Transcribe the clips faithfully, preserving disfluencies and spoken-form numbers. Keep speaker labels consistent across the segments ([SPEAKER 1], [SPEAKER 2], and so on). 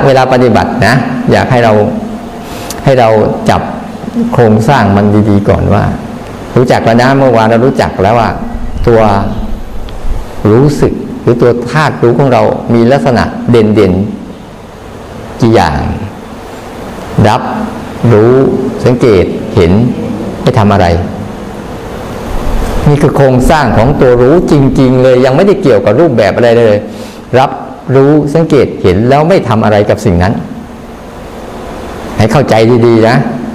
[SPEAKER 1] เวลาปฏิบัตินะอยากให้เราให้เราจับโครงสร้างมันดีๆก่อนว่ารู้จักแล้วนะเมื่อวานเรารู้จักแล้วว่าตัวรู้สึกหรือตัวธาตุรู้ของเรามีลักษณะเด่นๆกี่อย่างรับรู้สังเกตเห็นไม่ทำอะไรนี่คือโครงสร้างของตัวรู้จริงๆเลยยังไม่ได้เกี่ยวกับรูปแบบอะไรเลยรับรู้สังเกตเห็นแล้วไม่ทำอะไรกับสิ่งนั้นให้เข้าใจดีๆนะ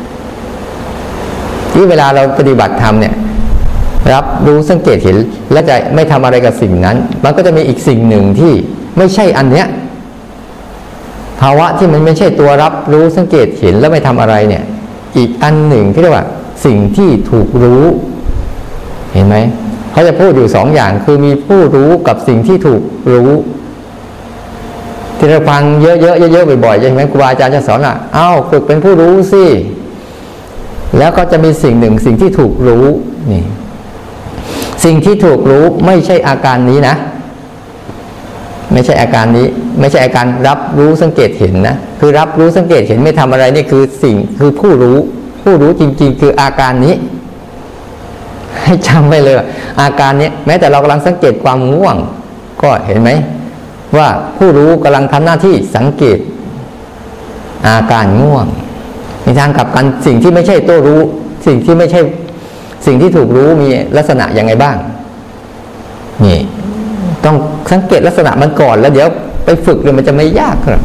[SPEAKER 1] ที่เวลาเราปฏิบัติธรรมเนี่ยรับรู้สังเกตเห็นและจะไม่ทำอะไรกับสิ่งนั้นมันก็จะมีอีกสิ่งหนึ่งที่ไม่ใช่อันเนี้ยภาวะที่มันไม่ใช่ตัวรับรู้สังเกตเห็นแล้วไม่ทำอะไรเนี่ยอีกอันหนึ่งที่เรียกว่าสิ่งที่ถูกรู้เห็นไหมเขาจะพูดอยู่สองอย่างคือมีผู้รู้กับสิ่งที่ถูกรู้ที่เราฟังเยอะๆเยอะๆบ่อยๆใช่ไหมครูบาอาจารย์จะสอนอ่ะเอ้าฝึกเป็นผู้รู้สิแล้วก็จะมีสิ่งหนึ่งสิ่งที่ถูกรู้นี่สิ่งที่ถูกรู้ไม่ใช่อาการนี้นะไม่ใช่อาการนี้ไม่ใช่อาการรับรู้สังเกตเห็นนะคือรับรู้สังเกตเห็นไม่ทำอะไรนี่คือสิ่งคือผู้รู้ผู้รู้จริงๆคืออาการนี้ให้จำไว้เลยอาการนี้แม้แต่เรากำลังสังเกตความง่วงก็เห็นไหมว่าผู้รู้กำลังทำหน้าที่สังเกตอาการง่วงในทางกลับกันสิ่งที่ไม่ใช่ตัวรู้สิ่งที่ไม่ใช่สิ่งที่ถูกรู้มีลักษณะยังไงบ้างนี่ต้องสังเกตลักษณะมันก่อนแล้วเดี๋ยวไปฝึกเลยมันจะไม่ยากครับ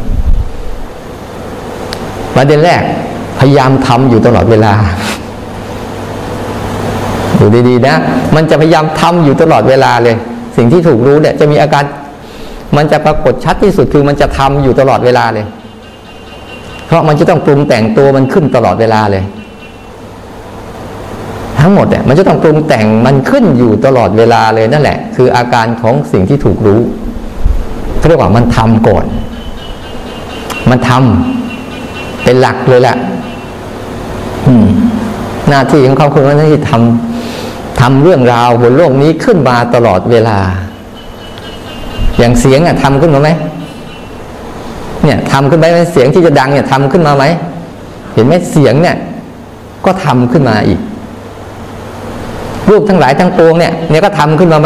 [SPEAKER 1] ประเด็นแรกพยายามทำอยู่ตลอดเวลาดูดีๆนะมันจะพยายามทำอยู่ตลอดเวลาเลยสิ่งที่ถูกรู้เนี่ยจะมีอาการมันจะปรากฏชัดที่สุดคือมันจะทำอยู่ตลอดเวลาเลยเพราะมันจะต้องปรุงแต่งตัวมันขึ้นตลอดเวลาเลยทั้งหมดเนี่ยมันจะต้องปรุงแต่งมันขึ้นอยู่ตลอดเวลาเลยนั่นแหละคืออาการของสิ่งที่ถูกรู้เขาเรียกว่ามันทำก่อนมันทำเป็นหลักเลยแหละหน้าที่ของเขาคือว่าหน้าที่ทำทำเรื่องราวบนโลกนี้ขึ้นมาตลอดเวลาอย่างเสียงอ่ะทำขึ้นมาไหมเนี่ยทำขึ้นไปไหมเสียงที่จะดังเนี่ยทำขึ้นมาไหมเห็นไหมเสียงเนี่ยก็ทำขึ้นมาอีกรูปทั้งหลายทั้งปวงเนี่ยเนี่ยก็ทำขึ้นมาไหม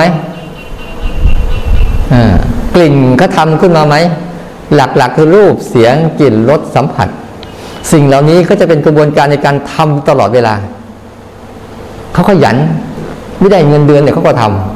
[SPEAKER 1] อ่ากลิ่นก็ทำขึ้นมาไหมหลักๆคือรูปเสียงกลิ่นรสสัมผัสสิ่งเหล่านี้ก็จะเป็นกระบวนการในการทำตลอดเวลาเขาขยันไม่ได้เงินเดือนเนี่ยเขาก็ทำ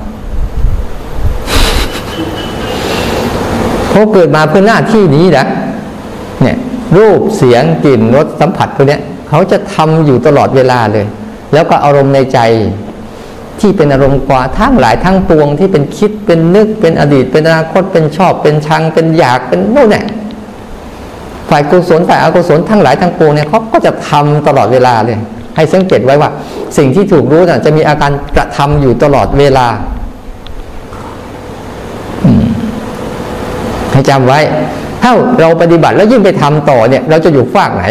[SPEAKER 1] เขาเกิดมาเพื่อหน้าที่นี้นะเนี่ยรูปเสียงกลิ่นรสสัมผัสพวกนี้เขาจะทำอยู่ตลอดเวลาเลยแล้วก็อารมณ์ในใจที่เป็นอารมณ์กว่าทั้งหลายทั้งปวงที่เป็นคิดเป็นนึกเป็นอดีตเป็นอนาคตเป็นชอบเป็นชังเป็นอยากเป็นโน่นเนี่ยฝ่ายกุศลฝ่ายอกุศลทั้งหลายทั้งปวงเนี่ยเขาก็จะทำตลอดเวลาเลยให้สังเกตไว้ว่าสิ่งที่ถูกรู้น่ะจะมีอาการกระทำอยู่ตลอดเวลาให้จำไว้ถ้าเราปฏิบัติแล้วยิ่งไปทำต่อเนี่ยเราจะอยู่ฝากไหน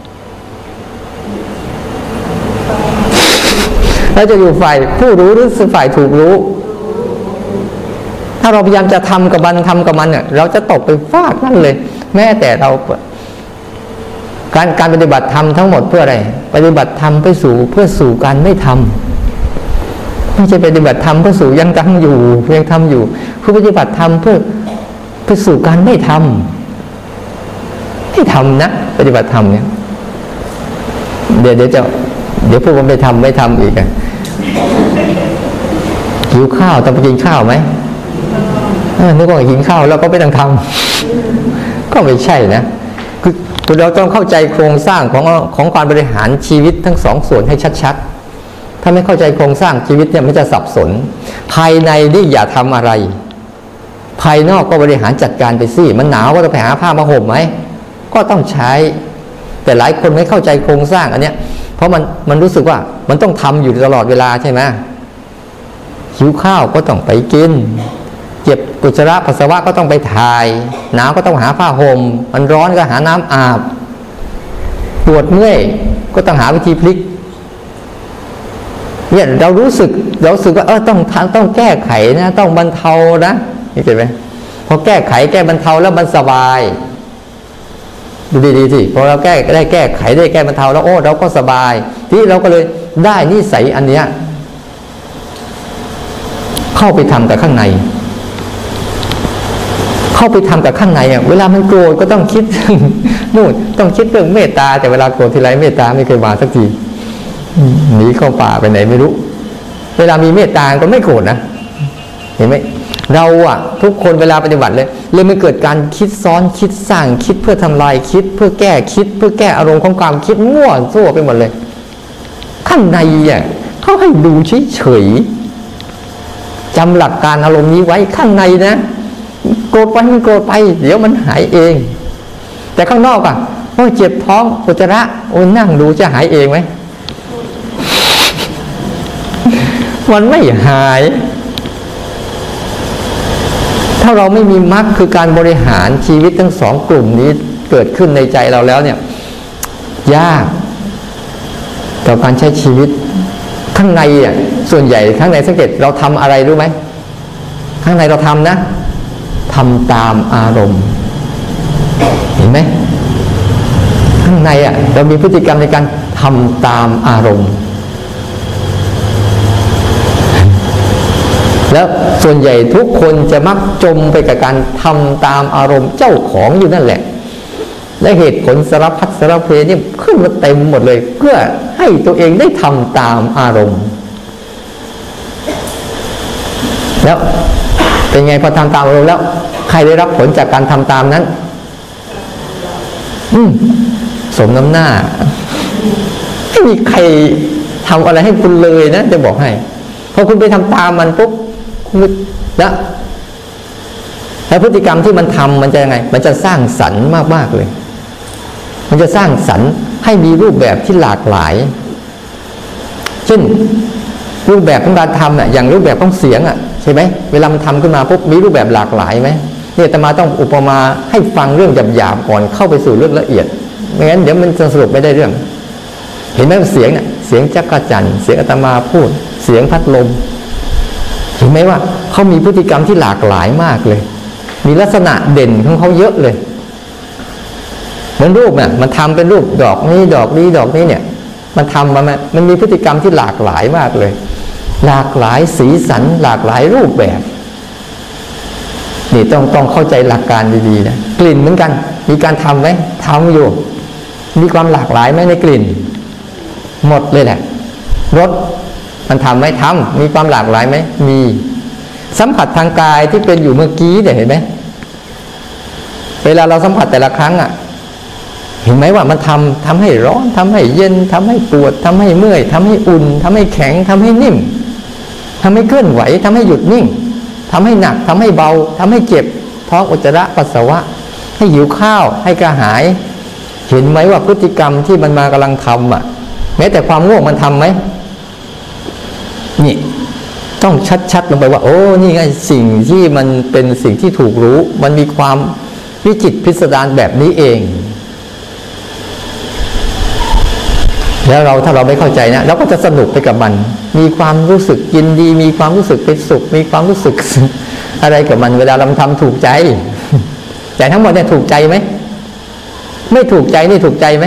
[SPEAKER 1] เราจะอยู่ฝ่ายผู้รู้หรือฝ่ายถูกรู้ถ้าเราพยายามจะทำกับมันทำกับมันเนี่ยเราจะตกไปฟากนั่นเลยแม้แต่เราการการปฏิบัติธรรมทั้งหมดเพื่ออะไรปฏิบัติธรรมเพื่อสู่เพื่อสู่การไม่ทำไม่ใช่ปฏิบัติธรรมเพื่อสู่ยังทำอยู่ยังทำอยู่คือปฏิบัติธรรมเพื่อเพื่อสู่การไม่ทำไม่ทำนะปฏิบัติธรรมเนี่ยเดี๋ยวเดี๋ยวจะเดี๋ยวพวกมันไปทำไม่ทำอีกอ่ะหิวข้าวต้องไปกินข้าวไหมนึกว่ากินข้าวแล้วก็ไม่ต้องทำก็ไม่ใช่นะคือเราต้องเข้าใจโครงสร้างของของการบริหารชีวิตทั้งสองส่วนให้ชัดๆถ้าไม่เข้าใจโครงสร้างชีวิตเนี่ยมันจะสับสนภายในนี่อย่าทำอะไรภายนอกก็บริหารจัดการไปสิมันหนาวก็ต้องไปหาผ้ามาห่มไหมก็ต้องใช้แต่หลายคนไม่เข้าใจโครงสร้างอันเนี้ยเพราะมันมันรู้สึกว่ามันต้องทำอยู่ตลอดเวลาใช่ไหมหิวข้าวก็ต้องไปกินเจ็บอุจจาระปัสสาวะก็ต้องไปถ่ายหนาวก็ต้องหาผ้าห่มมันร้อนก็หาน้ำอาบปวดเมื่อยก็ต้องหาวิธีพลิกเนี่ยเรารู้สึกเรารู้สึกว่าเออต้องต้องแก้ไขนะต้องบรรเทานะเห็นไหมพอแก้ไขแก้บรรเทาแล้วมันสบายดูดีๆสิพอเราแก้ได้แก้ไขได้แก้บรรเทาแล้วโอ้เราก็สบายที่เราก็เลยได้นิสัยอันเนี้ยเข้าไปทำกับข้างในเข้าไปทำกับข้างในอ่ะเวลามันโกรธก็ต้องคิดนู่นต้องคิดเรื่องเมตตาแต่เวลาโกรธทีไรเมตตาไม่เคยมาสักทีหนีเข้าป่าไปไหนไม่รู้เวลามีเมตตาก็ไม่โกรธนะเห็นไหมเราอ่ะทุกคนเวลาปฏิบัติเลยเลยมันเกิดการคิดซ้อนคิดสร้างคิดเพื่อทำลายคิดเพื่อแก้คิดเพื่อแก้อารมณ์ของความคิดมั่วซั่วไปหมดเลยข้างในอ่ะเขาให้ดูเฉยๆจำหลักการอารมณ์นี้ไว้ข้างในนะโกรธไปมันโกรธไปเดี๋ยวมันหายเองแต่ข้างนอกอ่ะโอ้เจ็บท้องอุจจาระโอ้นั่งดูจะหายเองไหมมันไม่หายถ้าเราไม่มีมรรคคือการบริหารชีวิตทั้งสองกลุ่มนี้เกิดขึ้นในใจเราแล้วเนี่ยยากต่อการใช้ชีวิตข้างในอ่ะส่วนใหญ่ข้างในสังเกตเราทำอะไรรู้ไหมข้างในเราทำนะทำตามอารมณ์เห็นไหมข้างในอ่ะเรามีพฤติกรรมในการทำตามอารมณ์แล้วส่วนใหญ่ทุกคนจะมักจมไปกับการทำตามอารมณ์เจ้าของอยู่นั่นแหละและเหตุผลสารพัดสารเพนี่ขึ้นมาเต็มหมดเลยเพื่อให้ตัวเองได้ทำตามอารมณ์แล้วเป็นไงพอทำตามอารมณ์แล้วใครได้รับผลจากการทำตามนั้นอืมสมน้ำหน้าไม่มีใครทำอะไรให้คุณเลยนะจะบอกให้พอคุณไปทำตามมันปุ๊บคุณแล้วแล้วพฤติกรรมที่มันทำมันจะยังไงมันจะสร้างสรรค์มากๆเลยมันจะสร้างสรรค์ให้มีรูปแบบที่หลากหลายเช่นรูปแบบของการทำอ่ะอย่างรูปแบบของเสียงอ่ะใช่ไหมเวลามันทำขึ้นมาปุ๊บมีรูปแบบหลากหลายไหมเนี่ยอาตมาต้องอุปมาให้ฟังเรื่องหยาบๆก่อนเข้าไปสู่เรื่องละเอียดไม่งั้นเดี๋ยวมันจะสรุปไม่ได้เรื่องเห็นไหมเสียงเนี่ยเสียงจักรจั่นเสียงอาตมาพูดเสียงพัดลมเห็นไหมว่าเขามีพฤติกรรมที่หลากหลายมากเลยมีลักษณะเด่นของเขาเยอะเลยเหมือนรูปเนี่ยมันทำเป็นรูปดอกนี้ดอกนี้ดอกนี้เนี่ยมันทำมามันมีพฤติกรรมที่หลากหลายมากเลยหลากหลายสีสันหลากหลายรูปแบบนี่ต้องต้องเข้าใจหลักการดีๆนะกลิ่นเหมือนกันมีการทำไหมทำอยู่มีความหลากหลายไหมในกลิ่นหมดเลยแหละรสมันทำไหมทำมีความหลากหลายไหมมีสัมผัสทางกายที่เป็นอยู่เมื่อกี้เนี่ยเห็นไหมเวลาเราสัมผัสแต่ละครั้งอ่ะเห็นไหมว่ามันทำทำให้ร้อนทำให้เย็นทำให้ปวดทำให้เมื่อยทำให้อุ่นทำให้แข็งทำให้นิ่มทำให้เคลื่อนไหวทำให้หยุดนิ่งทำให้หนักทำให้เบาทำให้เจ็บท้องอุจจาระปัสสาวะให้หิวข้าวให้กระหายเห็นไหมว่าพฤติกรรมที่มันมากำลังทำอ่ะแม้แต่ความง่วงมันทำไหมนี่ต้องชัดๆลงไปว่าโอ้นี่ไงสิ่งที่มันเป็นสิ่งที่ถูกรู้มันมีความวิจิตรพิสดารแบบนี้เองแล้วเราถ้าเราไม่เข้าใจนะเราก็จะสนุกไปกับมันมีความรู้สึกยินดีมีความรู้สึกเป็นสุขมีความรู้สึกอะไรกับมันเวลาเราทำถูกใจแต่ทั้งหมดเนี่ยถูกใจไหมไม่ถูกใจนี่ถูกใจไหม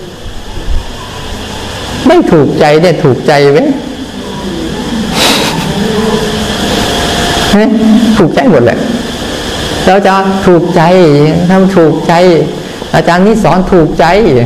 [SPEAKER 1] ไม่ถูกใจเนี่ยถูกใจไหมถูกใจหมดเลยเราจะถูกใจทำถูกใจอาจารย์นี่สอนถูกใจ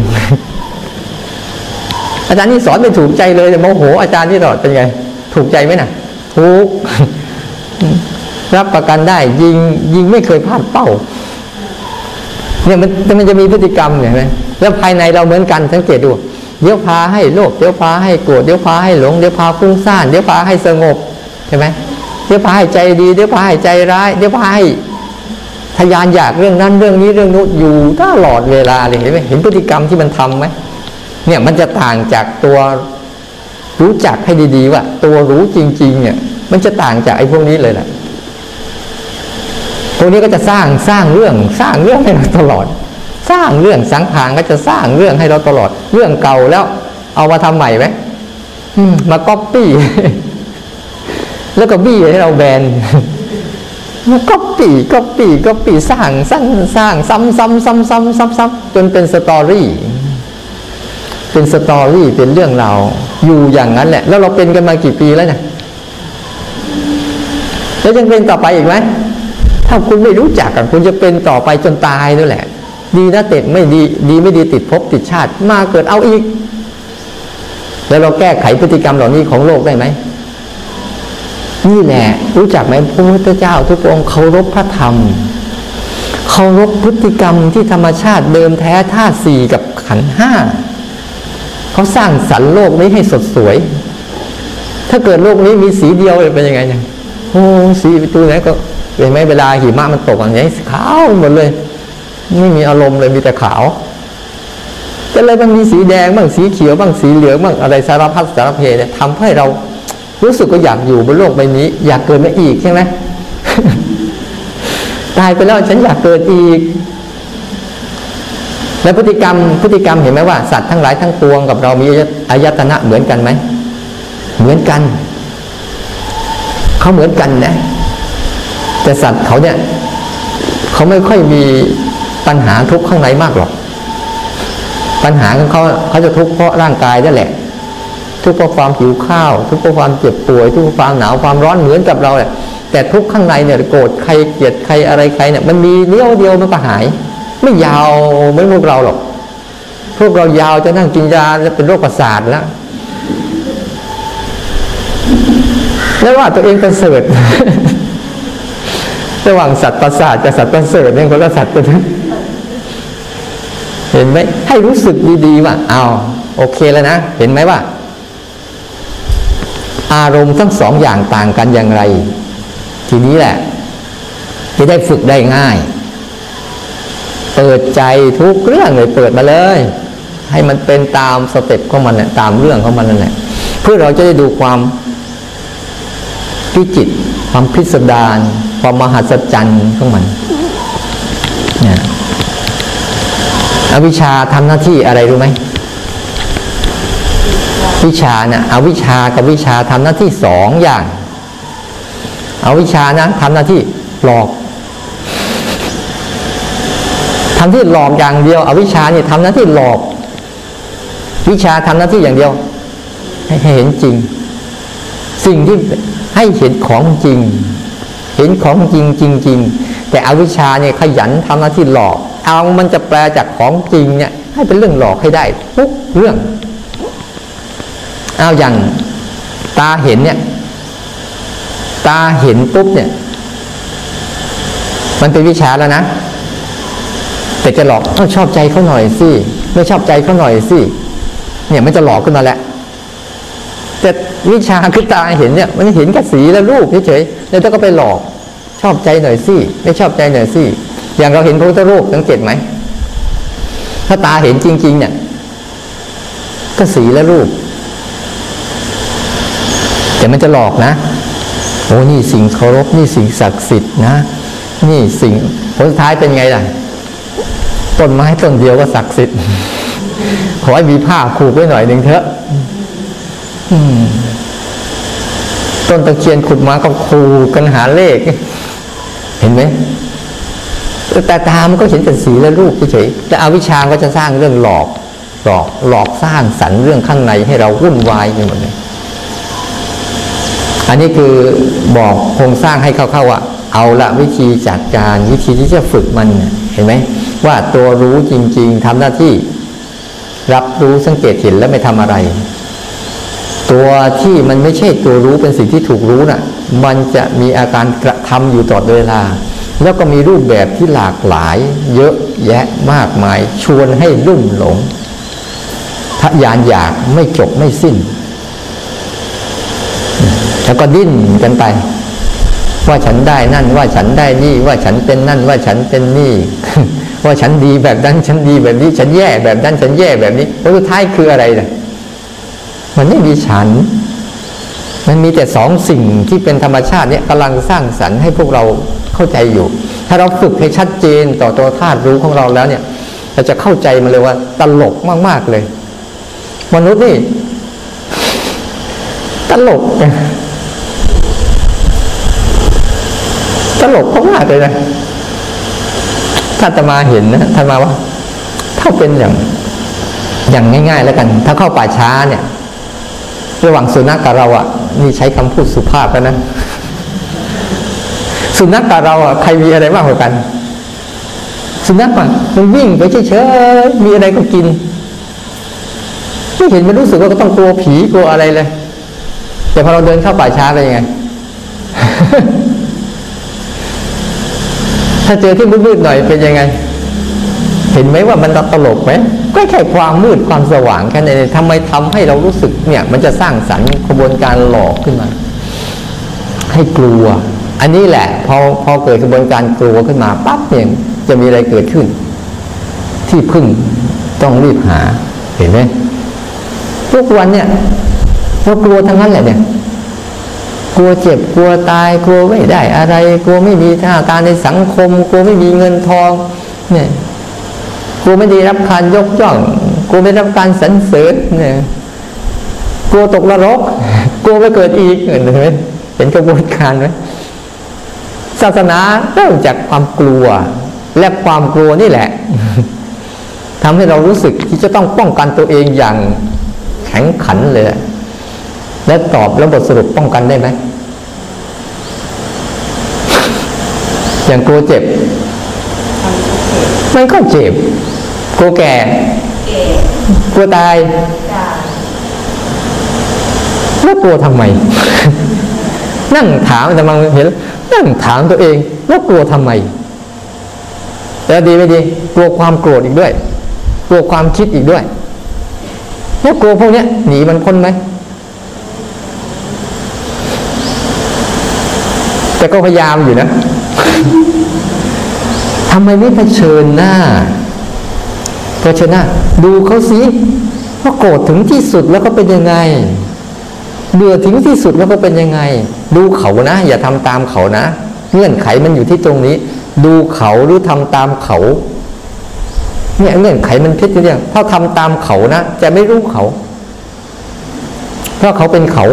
[SPEAKER 1] อาจารย์นี่สอนไม่ถูกใจเลยโมโหอาจารย์นี่ตลอดเป็นไงถูกใจไหมน่ะถูกรับประกันได้ยิงยิงไม่เคยพลาดเป้าเนี่ยมันมันจะมีพฤติกรรมเห็นไหมแล้วภายในเราเหมือนกันสังเกตดูเดี๋ยวพาให้โลภเดี๋ยวพาให้โกรธเดี๋ยวพาให้หลงเดี๋ยวพาฟุ้งซ่านเดี๋ยวพาให้สงบใช่ไหมเดี๋ยวพาให้ใจดีเดี๋ยวพาให้ใจร้ายเดี๋ยวพาให้ทะยานอยากเรื่องนั้นเรื่องนี้เรื่องนู้นอยู่ตลอดเวลาเลยเห็นไหมเห็นพฤติกรรมที่มันทำไหมเนี่ยมันจะต่างจากตัวรู้จักให้ดีๆว่าตัวรู้จริงๆเนี่ยมันจะต่างจากไอ้พวกนี้เลยแหละพวกนี้ก็จะสร้างสร้างเรื่องสร้างเรื่องให้เราตลอดสร้างเรื่องสังขารก็จะสร้างเรื่องให้เราตลอดเรื่องเก่าแล้วเอามาทำใหม่ไหมมาก๊อปปี้แล้วก็บี้ให้เราแบนมันก็ปีก็ปีก็ปีสร้างสร้างสร้างซ้ำซ้ำซ้ำซ้ำซ้ำซ้ำจนเป็นสตอรี่เป็นสตอรี่เป็นเรื่องราวอยู่อย่างนั้นแหละแล้วเราเป็นกันมากี่ปีแล้วเนี่ยแล้วยังเป็นต่อไปอีกไหมถ้าคุณไม่รู้จักกันคุณจะเป็นต่อไปจนตายด้วยแหละดีนะติดไม่ดีดีไม่ดีติดภพติดชาติมาเกิดเอาอีกแล้วเราแก้ไขพฤติกรรมเหล่านี้ของโลกได้ไหมนี่แหละรู้จักไหมพระพุทธเจ้าทุกองค์เคารพพระธรรมเคารพพฤติกรรมที่ธรรมชาติเดิมแท้ธาตุสี่กับขันธ์ห้าเขาสร้างสรรค์โลกนี้ให้สดสวยถ้าเกิดโลกนี้มีสีเดียวจะเป็นยังไงเนี่ยโอ้สีประตูไหนก็เป็นไหมเวลาหิมะมันตกอย่างนี้ขาวหมดเลยไม่มีอารมณ์เลยมีแต่ขาวก็เลยมันมีสีแดงบ้างสีเขียวบ้างสีเหลืองบ้างอะไรสารพัดสารเพเนี่ยทำให้เรารู้สึกว่าอยากอยู่บนโลกใบนี้อยากเกิดมาอีกใช่ไหม ตายไปแล้วฉันอยากเกิดอีกแล้วพฤติกรรมพฤติกรรมเห็นไหมว่าสัตว์ทั้งหลายทั้งปวงกับเรามีอายตนะเหมือนกันไหมเหมือนกันเขาเหมือนกันนะแต่สัตว์เขาเนี่ยเขาไม่ค่อยมีปัญหาทุกข์ข้างในมากหรอกปัญหาของเขาเขาจะทุกข์เพราะร่างกายนั่นแหละทุกข์เพราะความหิวข้าวทุกข์เพราะความเจ็บป่วยทุกข์เพราะความหนาวความร้อนเหมือนกับเราแหละแต่ทุกข์ข้างในเนี่ยโกรธใครเกลียดใครอะไรใครเนี่ยมันมีเลี้ยวเดียวมันก็หายไม่ยาวเหมือนพวกเราหรอกพวกเรายาวจะนั่งกินยาจะเป็นโรคประสาทแล้วแล้วว่าตัวเองประเสริฐ ระหว่างสัตว์ประสาทกับสัตว์ประเสริฐเนี่ยคนละสัตว์กันเห็นไหมให้รู้สึกดีๆว่าเอาโอเคแล้วนะเห็นไหมว่าอารมณ์ทั้งสองอย่างต่างกันอย่างไรทีนี้แหละจะได้ฝึกได้ง่ายเปิดใจทุกเรื่องเลยเปิดมาเลยให้มันเป็นตามสเต็ปของมันเนี่ยตามเรื่องของมันนั่นแหละเพื่อเราจะได้ดูความพิจิตรความพิสดารความมหัศจรรย์ของมันเนี่ยอวิชชาทำหน้าที่อะไรรู้ไหมวิชาเนี่ยอวิชชากับวิชาทำหน้าที่สองอย่างอวิชชานะทำหน้าที่หลอกทำที่หลอกอย่างเดียวอวิชชาเนี่ยทำหน้าที่หลอกวิชาทำหน้าที่อย่างเดียวให้เห็นจริงสิ่งที่ให้เห็นของจริงเห็นของจริงจริงจริงแต่อวิชชาเนี่ยขยันทำหน้าที่หลอกเอามันจะแปลจากของจริงเนี่ยให้เป็นเรื่องหลอกให้ได้ทุกเรื่องเอาอย่างตาเห็นเนี่ยตาเห็นปุ๊บเนี่ยมันเป็นวิชาแล้วนะแต่จะหลอกต้องชอบใจเขาหน่อยสิไม่ชอบใจเขาหน่อยสิเนี่ยมันจะหลอกขึ้นมาแหละแต่วิชาคือตาเห็นเนี่ยมันเห็นกับสีและรูปเฉยๆแล้วก็ไปหลอกชอบใจหน่อยสิไม่ชอบใจหน่อยสิอย่างเราเห็นพระพุทธรูปสังเกตไหมถ้าตาเห็นจริงๆเนี่ยก็สีและรูปแต่มันจะหลอกนะโอ้นี่สิ่งเคารพนี่สิ่งศักดิ์สิทธิ์นะนี่สิ่งผลสุดท้ายเป็นไงล่ะต้นไม้ต้นเดียวก็ศักดิ์สิทธิ์ขอให้มีผ้าผูกไว้หน่อยหนึ่งเถอะต้นตะเคียนขุดมาก็คูกันหาเลขเห็นไหมแต่ตามันก็เห็นแต่สีและรูปเฉยๆแต่อวิชชาก็จะสร้างเรื่องหลอกหลอกหลอกสร้างสรรค์เรื่องข้างในให้เราวุ่นวายไปหมดเลยอันนี้คือบอกโครงสร้างให้เข้าๆว่าเอาละวิธีจัดการวิธีที่จะฝึกมันเห็นไหมว่าตัวรู้จริงๆทำหน้าที่รับรู้สังเกตเห็นแล้วไม่ทำอะไรตัวที่มันไม่ใช่ตัวรู้เป็นสิ่งที่ถูกรู้น่ะมันจะมีอาการกระทำอยู่ตลอดเวลาแล้วก็มีรูปแบบที่หลากหลายเยอะแยะมากมายชวนให้ลุ่มหลงทะยานอยากไม่จบไม่สิ้นแล้วก็ดิ้นกันไปว่าฉันได้นั่นว่าฉันได้นี่ว่าฉันเป็นนั่นว่าฉันเป็นนี่ ว่าฉันดีแบบนั้นฉันดีแบบนี้ฉันแย่แบบนั้นฉันแย่แบบนี้แล้วสุดท้ายคืออะไรล่ะมันไม่มีฉันมันมีแต่สองสิ่งที่เป็นธรรมชาติเนี่ยกำลังสร้างสรรค์ให้พวกเราเข้าใจอยู่ถ้าเราฝึกให้ชัดเจนต่อตัวธาตุรู้ของเราแล้วเนี่ยเราจะเข้าใจมันเลยว่าตลกมากๆเลยมนุษย์นี่ตลกตลกมากเลยนะถ้าอาตมาเห็นนะอาตมาว่าถ้าเป็นอย่างอย่างง่ายๆแล้วกันถ้าเข้าป่าช้าเนี่ยระหว่างสุนัขกับเราอ่ะนี่ใช้คำพูดสุภาพแล้วนะสุนัขกับเราอ่ะใครมีอะไรมากกว่ากันสุนัขอ่ะมันวิ่งไปเฉยๆมีอะไรก็กินไม่เห็นมันรู้สึกว่าก็ต้องกลัวผีกลัวอะไรเลยแต่พอเราเดินเข้าป่าช้าไปยังไง ถ้าเจอที่มืดๆหน่อยเป็นยังไงเห็นไหมว่ามันตลกไหมก็แค่ความมืดความสว่างแค่นี้ทำไมทำให้เรารู้สึกเนี่ยมันจะสร้างสรรค์กระบวนการหลอกขึ้นมาให้กลัวอันนี้แหละพอพอเกิดกระบวนการกลัวขึ้นมาปั๊บเนี่ยจะมีอะไรเกิดขึ้นที่พึ่งต้องรีบหาเห็นไหมทุกวันเนี่ยเรากลัวทั้งนั้นแหละเนี่ยกลัวเจ็บกลัวตายกลัวไม่ได้อะไรกลัวไม่มีท่าการในสังคมกลัวไม่มีเงินทองเนี่ยกลัวไม่ได้รับการยกย่องกลัวไม่ได้รับการสรรเสริญเนี่ยกลัวตกนรกกลัวไปเกิดอีกเห็นไหมเห็นกระบวนการไหมศาสนาเริ่มจากความกลัวและความกลัวนี่แหละทำให้เรารู้สึกที่จะต้องป้องกันตัวเองอย่างแข็งขันเลยและตอบแล้วบทสรุปป้องกันได้ไหมอย่างกลัวเจ็บมันก็เจ็บกลัวแก่กลัวตายแล้วกลัวทำไม นั่งถามแต่บางเห็นนั่งถามตัวเองแล้วกลัวทำไมแล้วดีไม่ดีกลัวความโกรธอีกด้วยกลัวความคิดอีกด้วยแล้วกลัวพวกนี้หนีมันพ้นไหมแต่ก็พยายามอยู่นะ ทำไมไม่เผชิญหน้าเผชิญหน้าดูเขาสิว่าโกรธถึงที่สุดแล้วก็เป็นยังไงเบื่อถึงที่สุดแล้วก็เป็นยังไงดูเขานะอย่าทำตามเขานะเงื่อนไขมันอยู่ที่ตรงนี้ดูเขาหรือทำตามเขาเนี่ยเงื่อนไขมันพิจารณาถ้าทำตามเขานะจะไม่รู้เขาเพราะเขาเป็นเขา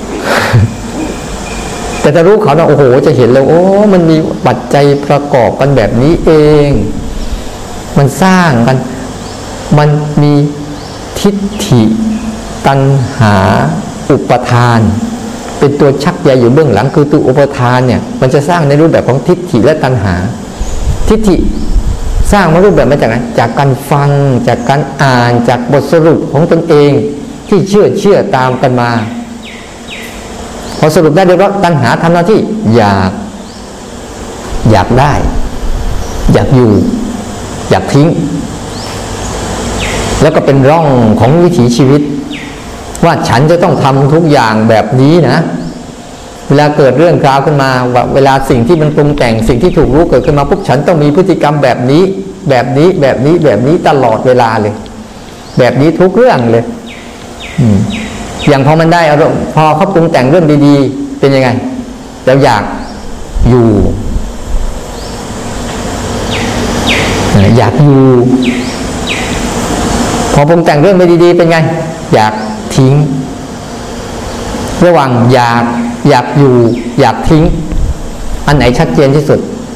[SPEAKER 1] แต่จะรู้เขานะโอ้โหจะเห็นแล้วโอ้มันมีปัจจัยประกอบกันแบบนี้เองมันสร้างกันมันมีทิฏฐิตัณหาอุปทานเป็นตัวชักใยอยู่เบื้องหลังคือตัวอุปทานเนี่ยมันจะสร้างในรูปแบบของทิฏฐิและตัณหาทิฏฐิสร้างมารูปแบบมาจากไหนจากการฟังจากการอ่านจากบทสรุปของตนเองที่เชื่อเชื่อตามกันมาพอสรุปได้เรียบร้อยตัณหาทำหน้าที่อยากอยากได้อยากอยู่อยากทิ้งแล้วก็เป็นร่องของวิถีชีวิตว่าฉันจะต้องทำทุกอย่างแบบนี้นะเวลาเกิดเรื่องราวขึ้นมาว่าเวลาสิ่งที่มันปรุงแต่งสิ่งที่ถูกรู้เกิดขึ้นมาปุ๊บฉันต้องมีพฤติกรรมแบบนี้แบบนี้แบบนี้แบบนี้ตลอดเวลาเลยแบบนี้ทุกเรื่องเลยอืมอย่างพอมันได้อารมณ์พอเขาปรุงแต่งเรื่องดีๆเป็นยังไงเราอยากอยู่อยากอยู่พอปรุงแต่งเรื่องไม่ดีๆเป็นไงอยากทิ้งระหว่างอยากอยากอยู่อยากทิ้งอันไหนชัดเจนที่สุด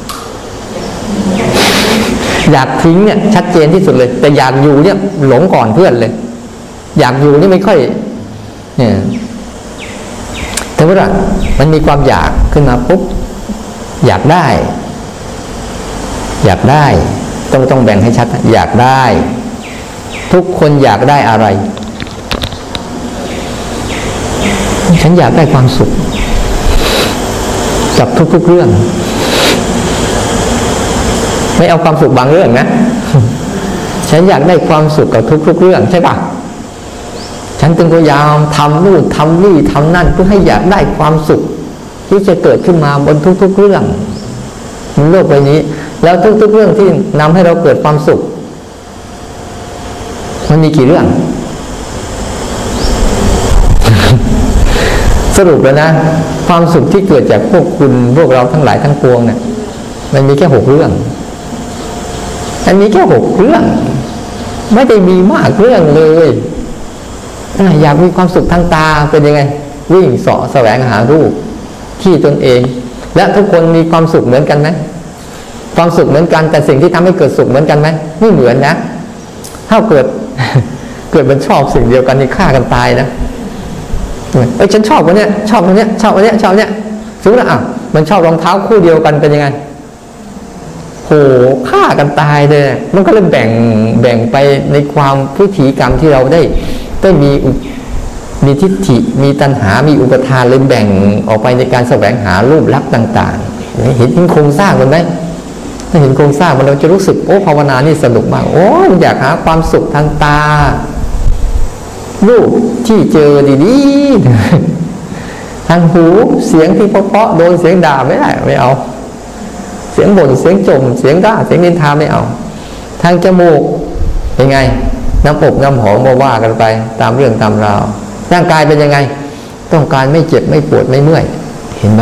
[SPEAKER 1] อยากทิ้งเนี่ยชัดเจนที่สุดเลยแต่อยากอยู่เนี่ยหลงก่อนเพื่อนเลยอยากอยู่นี่ไม่ค่อยเนี่ยแต่ว่ามันมีความอยากขึ้นมาปุ๊บอยากได้อยากได้ต้องต้องแบ่งให้ชัดอยากได้ทุกคนอยากได้อะไรฉันอยากได้ความสุขกับทุกๆเรื่องไม่เอาความสุขบางเรื่องนะฉันอยากได้ความสุขกับทุกๆเรื่องใช่ปะฉันจึงพยายามทำนู่นทำนี่ทำนั่นเพื่อให้อยากได้ความสุขที่จะเกิดขึ้นมาบนทุกๆเรื่องบนโลกใบนี้แล้วทุกๆเรื่องที่นำให้เราเกิดความสุขมันมีกี่เรื่อง สรุปแล้วนะความสุขที่เกิดจากพวกคุณพวกเราทั้งหลายทั้งปวงเนี่ยมันมีแค่หกเรื่องมันมีแค่หกเรื่องไม่ได้มีมากเรื่องเลยอยากมีความสุขทางตาเป็นยังไงวิ่งเสาะแสวงหารูปที่ตนเองและทุกคนมีความสุขเหมือนกันไหมความสุขเหมือนกันแต่สิ่งที่ทำให้เกิดสุขเหมือนกันไหมไม่เหมือนนะถ้าเกิด เกิดมันชอบสิ่งเดียวกันนี่ฆ่ากันตายนะเอ้ยฉันชอบวันเนี้ยชอบวันเนี้ยชอบวันเนี้ยชอบวันเนี้ยสมมติว่าอ่ะมันชอบรองเท้าคู่เดียวกันเป็นยังไงโหฆ่ากันตายเลยมันก็เลยแบ่งแบ่งไปในความพิธีกรรมที่เราได้ได้มีมีทิฏฐิมีตัณหามีอุปทานเลยแบ่งออกไปในการแสวงหารูปลักษณ์ต่างๆเห็นโครงสร้างมันไหมถ้าเห็นโครงสร้างมันเราจะรู้สึกโอ้ภาวนานี่สนุกมากโอ้อยากหาความสุขทางตารูปที่เจอดีๆทางหูเสียงที่เพราะๆโดนเสียงด่าไม่ได้ไม่เอาเสียงบ่นเสียงจมเสียงด่าเสียงนินทาไม่เอาทางจมูกเป็นไงน้ำอบน้ำหอมมาว่ากันไปตามเรื่องตามราวร่างกายเป็นยังไงต้องการไม่เจ็บไม่ปวดไม่เมื่อยเห็นไหม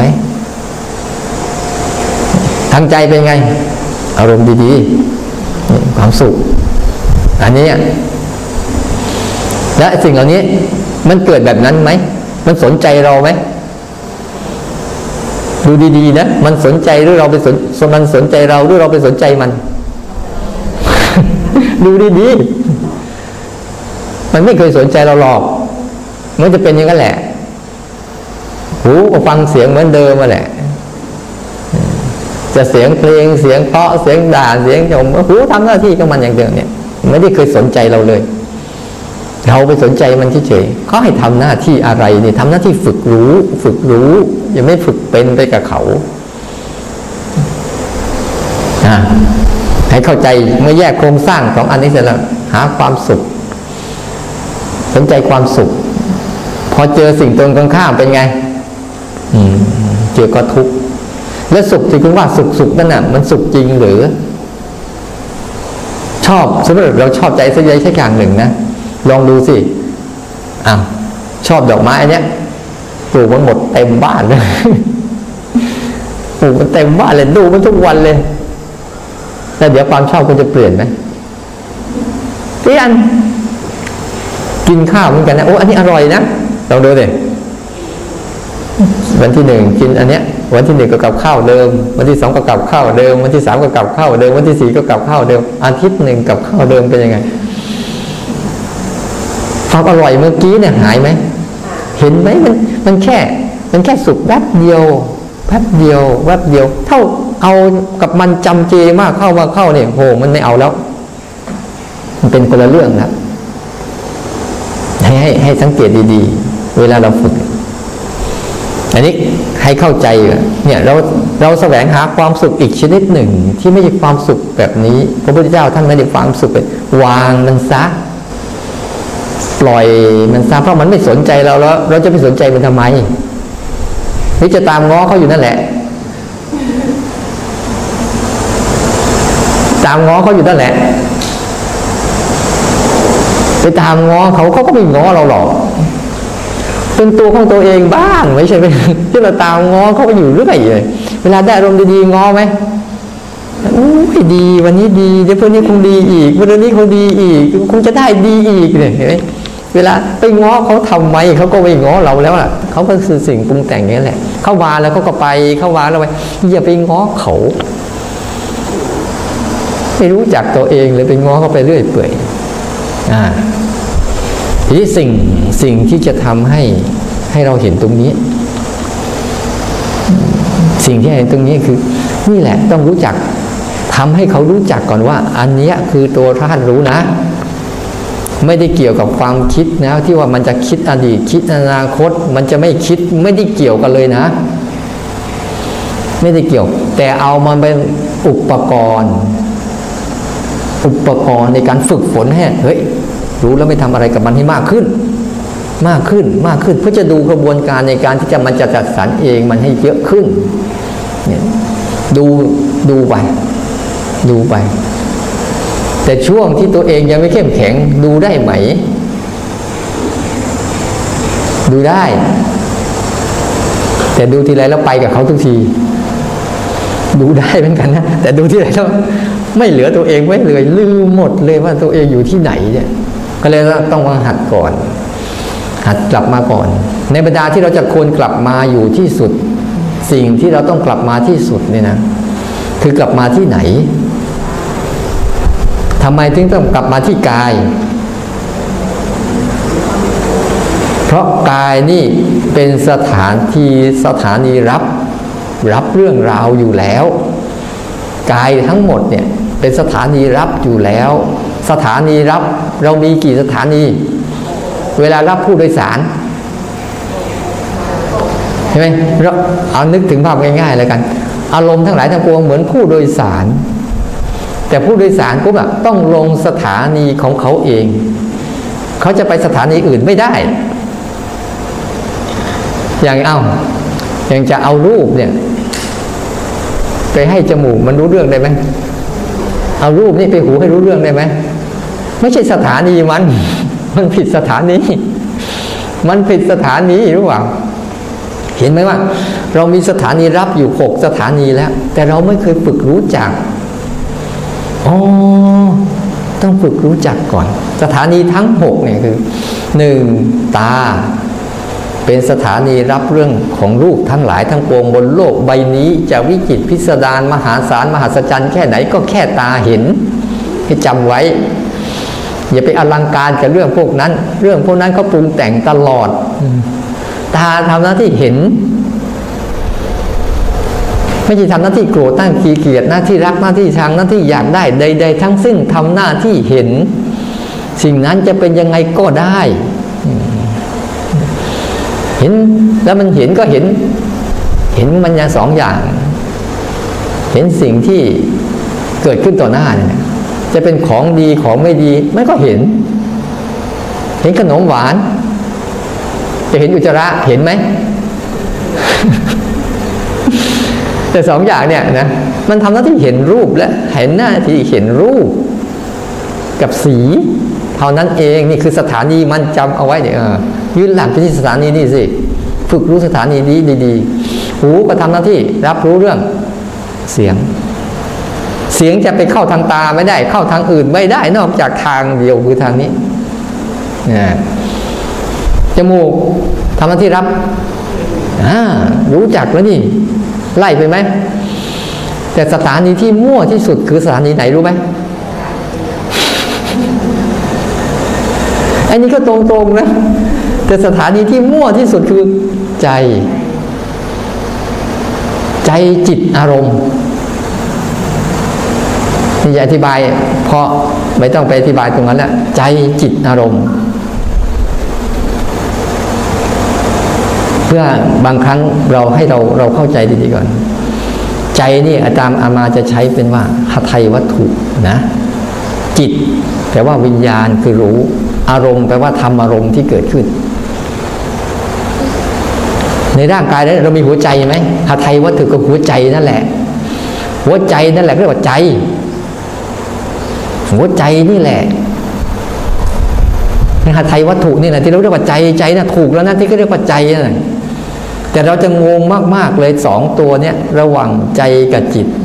[SPEAKER 1] ทางใจเป็นไงอารมณ์ดีๆความสุขอันนี้และสิ่งเหล่านี้มันเกิดแบบนั้นไหมมันสนใจเราไหมดูดีๆนะมันสนใจหรือเราไปสนมันสนใจเราหรือเราไปสนใจมัน ดูดีๆมันไม่เคยสนใจเราหรอกมันจะเป็นอย่างนั้นแหละหูก็ฟังเสียงเหมือนเดิมมาแหละจะเสียงเพลงเสียงเพราะเสียงด่าเสียงชมหูทำหน้าที่ของมันอย่างเดิมเนี่ยไม่ได้เคยสนใจเราเลยเราไปสนใจมันเฉยๆเขาให้ทำหน้าที่อะไรเนี่ยทำหน้าที่ฝึกรู้ฝึกรู้อย่าไม่ฝึกเป็นไปกับเขาอ่าให้เข้าใจเมื่อแยกโครงสร้างของอันนี้เสร็จแล้วหาความสุขสนใจความสุขพอเจอสิ่งตรงกันข้ามเป็นไงอืมเจอก็ทุกข์แล้วสุขที่คุณว่าสุขสุขนั่นน่ะมันสุขจริงหรือชอบสมมติเราชอบใจสักอย่างแค่อย่างหนึ่งนะลองดูสิอ้าวชอบดอกไม้อันเนี้ยปลูกมันหมดเต็มบ้านเลยปลูกมันเต็มบ้านเลยดูมันทุกวันเลยแต่เดี๋ยวความชอบคุณจะเปลี่ยนไหมเปลี่ยนกินข้าวเหมือนกันนะโอ้อันนี้อร่อยนะลองดูดิวันที่หนึ่งกินอันเนี้ยวันที่หนึ่งก็กับข้าวเดิมวันที่สองก็กับข้าวเดิมวันที่สามก็กับข้าวเดิมวันที่สี่ก็กับข้าวเดิมอาทิตย์หนึ่งกับข้าวเดิมเป็นยังไงความอร่อยเมื่อกี้เนี่ยหายไหมเห็นไหมมันมันแค่มันแค่สุกแป๊บเดียวแป๊บเดียวแป๊บเดียวเท่าเอากับมันจำเจมากเข้ามาเข้าเนี่ยโหมันไม่เอาแล้วมันเป็นคนละเรื่องนะให้ให้ให้สังเกตดีๆเวลาเราฝึกอันนี้ให้เข้าใจเนี่ยเราเราแสวงหาความสุขอีกชนิดหนึ่งที่ไม่ใช่ความสุขแบบนี้พระพุทธเจ้าท่านไม่ได้ความสุขเป็นวางมันซะปล่อยมันซะเพราะมันไม่สนใจเราแล้วเราจะไปสนใจมันทำไมนี่จะตามง้อเขาอยู่นั่นแหละตามง้อเขาอยู่นั่นแหละไปตามง้อเขาเขาก็ไม่ง้อเราหรอกเป็นตัวของตัวเองบ้างไม่ใช่ไหมที่เราตามง้อเขาก็อยู่เรื่อยเลยเวลาได้อารมณ์ดีๆง้อไหมโอ้ยดีวันนี้ดีเดี๋ยวพรุ่งนี้คงดีอีกวันนี้คงดีอีกคงจะได้ดีอีกเนี่ยเห็นไหมเวลาไปง้อเขาทำไมเขาก็ไม่ง้อเราแล้วอ่ะเขาก็คือสิ่งปรุงแต่งอย่างนี้แหละเข้าวาแล้วเขาก็ไปเข้าวาแล้วไปอย่าไปง้อเขาไม่รู้จักตัวเองเลยไปง้อเขาไปเรื่อยเปื่อยอ่าทีนี้สิ่งสิ่งที่จะทำให้ให้เราเห็นตรงนี้สิ่งที่เห็นตรงนี้คือนี่แหละต้องรู้จักทำให้เขารู้จักก่อนว่าอันนี้คือตัวท่านรู้นะไม่ได้เกี่ยวกับความคิดนะที่ว่ามันจะคิดอดีตคิดอนาคตมันจะไม่คิดไม่ได้เกี่ยวกันเลยนะไม่ได้เกี่ยวแต่เอามันเป็นอุปกรณ์อุปกรณ์ในการฝึกฝนให้เฮ้ยรู้แล้วไม่ทำอะไรกับมันให้มากขึ้นมากขึ้นมากขึ้นเพื่อจะดูกระบวนการในการที่จะมันจะจัดสรรเองมันให้เยอะขึ้นเนี่ยดูดูไปดูไปแต่ช่วงที่ตัวเองยังไม่เข้มแข็งดูได้ไหมดูได้แต่ดูทีไรแล้วไปกับเขาทุกทีดูได้เหมือนกันนะแต่ดูทีไรแล้วไม่เหลือตัวเองไว้เลยลืมหมดเลยว่าตัวเองอยู่ที่ไหนเนี่ยก็เลยต้องมาหัดก่อนหัดกลับมาก่อนในบรรดาที่เราจะควรกลับมาอยู่ที่สุดสิ่งที่เราต้องกลับมาที่สุดเนี่ยนะคือกลับมาที่ไหนทำไมถึงต้องกลับมาที่กายเพราะกายนี่เป็นสถานที่สถานีรับรับเรื่องราวอยู่แล้วกายทั้งหมดเนี่ยเป็นสถานีรับอยู่แล้วสถานีรับเรามีกี่สถานีเวลารับผู้โดยสารใช่ไหมเราเอานึกถึงภาพง่ายๆเลยกันอารมณ์ทั้งหลายทั้งปวงเหมือนผู้โดยสารแต่ผู้โดยสารก็แบบต้องลงสถานีของเขาเองเขาจะไปสถานีอื่นไม่ได้อย่างเอ้าอย่างจะเอารูปเนี่ยไปให้จมูกมันรู้เรื่องได้ไหมเอารูปนี่ไปหูให้รู้เรื่องได้ไหมไม่ใช่สถานีมันมันผิดสถานีมันผิดสถานีรู้เปล่าเห็นไหมว่าเรามีสถานีรับอยู่หกสถานีแล้วแต่เราไม่เคยฝึกรู้จักอ๋อต้องฝึกรู้จักก่อนสถานีทั้งหกเนี่ยคือหนึ่งตาเป็นสถานีรับเรื่องของรูปทั้งหลายทั้งปวงบนโลกใบนี้จะวิจิตรพิสดารมหาศาลมหัศจรรย์แค่ไหนก็แค่ตาเห็นให้จำไว้อย่าไปอลังการกับเรื่องพวกนั้นเรื่องพวกนั้นเขาปรุงแต่งตลอดตาทำหน้าที่เห็นไม่ใช่ทำหน้าที่โกรธตั้งขี้เกียจหน้าที่รักหน้าที่ชังหน้าที่อยากได้ใดๆทั้งสิ้นทำหน้าที่เห็นสิ่งนั้นจะเป็นยังไงก็ได้เห็นแล้วมันเห็นก็เห็นเห็นมันอย่างสองอย่างเห็นสิ่งที่เกิดขึ้นต่อหน้าเนี่ยจะเป็นของดีของไม่ดีไม่ก็เห็นเห็นขนมหวานจะเห็นอุจจาระเห็นไหม แต่สองอย่างเนี่ยนะมันทำหน้าที่เห็นรูปและเห็นหน้าที่เห็นรูปกับสีเท่านั้นเองนี่คือสถานีมันจำเอาไว้เนี่ยยืนหลักไปที่สถานีนี่สิฝึกรู้สถานีนี้ดีๆหูก็ทำหน้าที่รับรู้เรื่องเสียงเสียงจะไปเข้าทางตาไม่ได้เข้าทางอื่นไม่ได้นอกจากทางเดียวคือทางนี้นะจมูกทำหน้าที่รับอ่ารู้จักแล้วนี่ไล่ไปไหมแต่สถานีที่มั่วที่สุดคือสถานีไหนรู้ไหมอันนี้ก็ตรงๆนะแต่สถานีที่มั่วที่สุดคือใจใจจิตอารมณ์นี่จะอธิบายเพราะไม่ต้องไปอธิบายตรงนั้นแหละใจจิตอารมณ์เพื่อบางครั้งเราให้เราเราเข้าใจดีๆก่อนใจนี่อาจารย์อามาจะใช้เป็นว่าหทัยวัตถุนะจิตแปลว่าวิญญาณคือรู้อารมณ์แปลว่าธรรมอารมณ์ที่เกิดขึ้นในร่างกายนั้นเรามีหัวใจไหมหทัยวัตถุกับหัวใจนั่นแหละหัวใจนั่นแหละเรียกว่าใจหัวใจนี่แหละในหทัยวัตถุนี่แหละที่เราเรียกว่าใจใจน่ะถูกแล้วนะที่เขาเรียกว่าใจนั่นแต่เราจะงงมากๆเลยสองตัวเนี้ยระหว่างใจกับจิต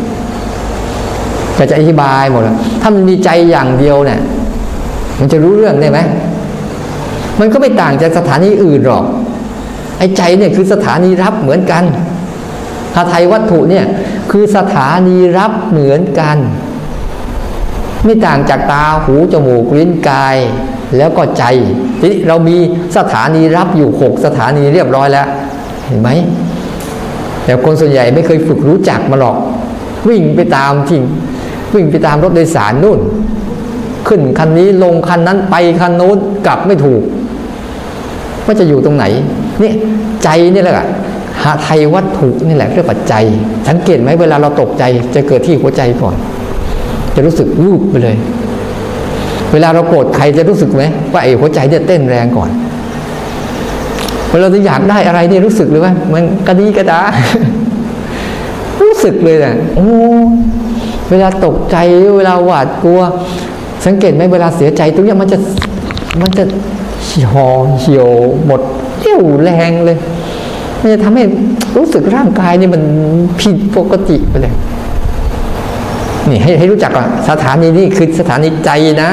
[SPEAKER 1] จะอธิบายหมดแล้วถ้ามันมีใจอย่างเดียวเนี่ยมันจะรู้เรื่องได้ไหมมันก็ไม่ต่างจากสถานีอื่นหรอกไอ้ใจเนี่ยคือสถานีรับเหมือนกันหทัยวัตถุเนี่ยคือสถานีรับเหมือนกันไม่ต่างจากตาหูจมูกลิ้นกายแล้วก็ใจทีนี้เรามีสถานีรับอยู่หกสถานีเรียบร้อยแล้วเห็นไหมแต่คนส่วนใหญ่ไม่เคยฝึกรู้จักมาหรอกวิ่งไปตามที่วิ่งไปตามรถโดยสารนู่นขึ้นคันนี้ลงคันนั้นไปคันโน้นกลับไม่ถูกว่าจะอยู่ตรงไหนนี่ใจนี่แหละหทัยวัตถุนี่แหละเรียกว่าใจสังเกตไหมเวลาเราตกใจจะเกิดที่หัวใจก่อนจะรู้สึกวูบไปเลยเวลาเราโกรธใครจะรู้สึกไหมว่าไอ้หัวใจเนี่ยเต้นแรงก่อนเวลาเราอยากได้อะไรนี่รู้สึกเลยว่ามันกระดีกระดา รู้สึกเลยนะโอ้เวลาตกใจเวลาหวาดกลัวสังเกตไหมเวลาเสียใจตรงนี้มันจะมันจะห่อเหี่ยวหมดเรี่ยวแรงเลยมันจะทำให้รู้สึกร่างกายนี่มันผิดปกติไปเลยนี่ให้ให้รู้จักว่าสถานีนี้คือสถานีใจนะ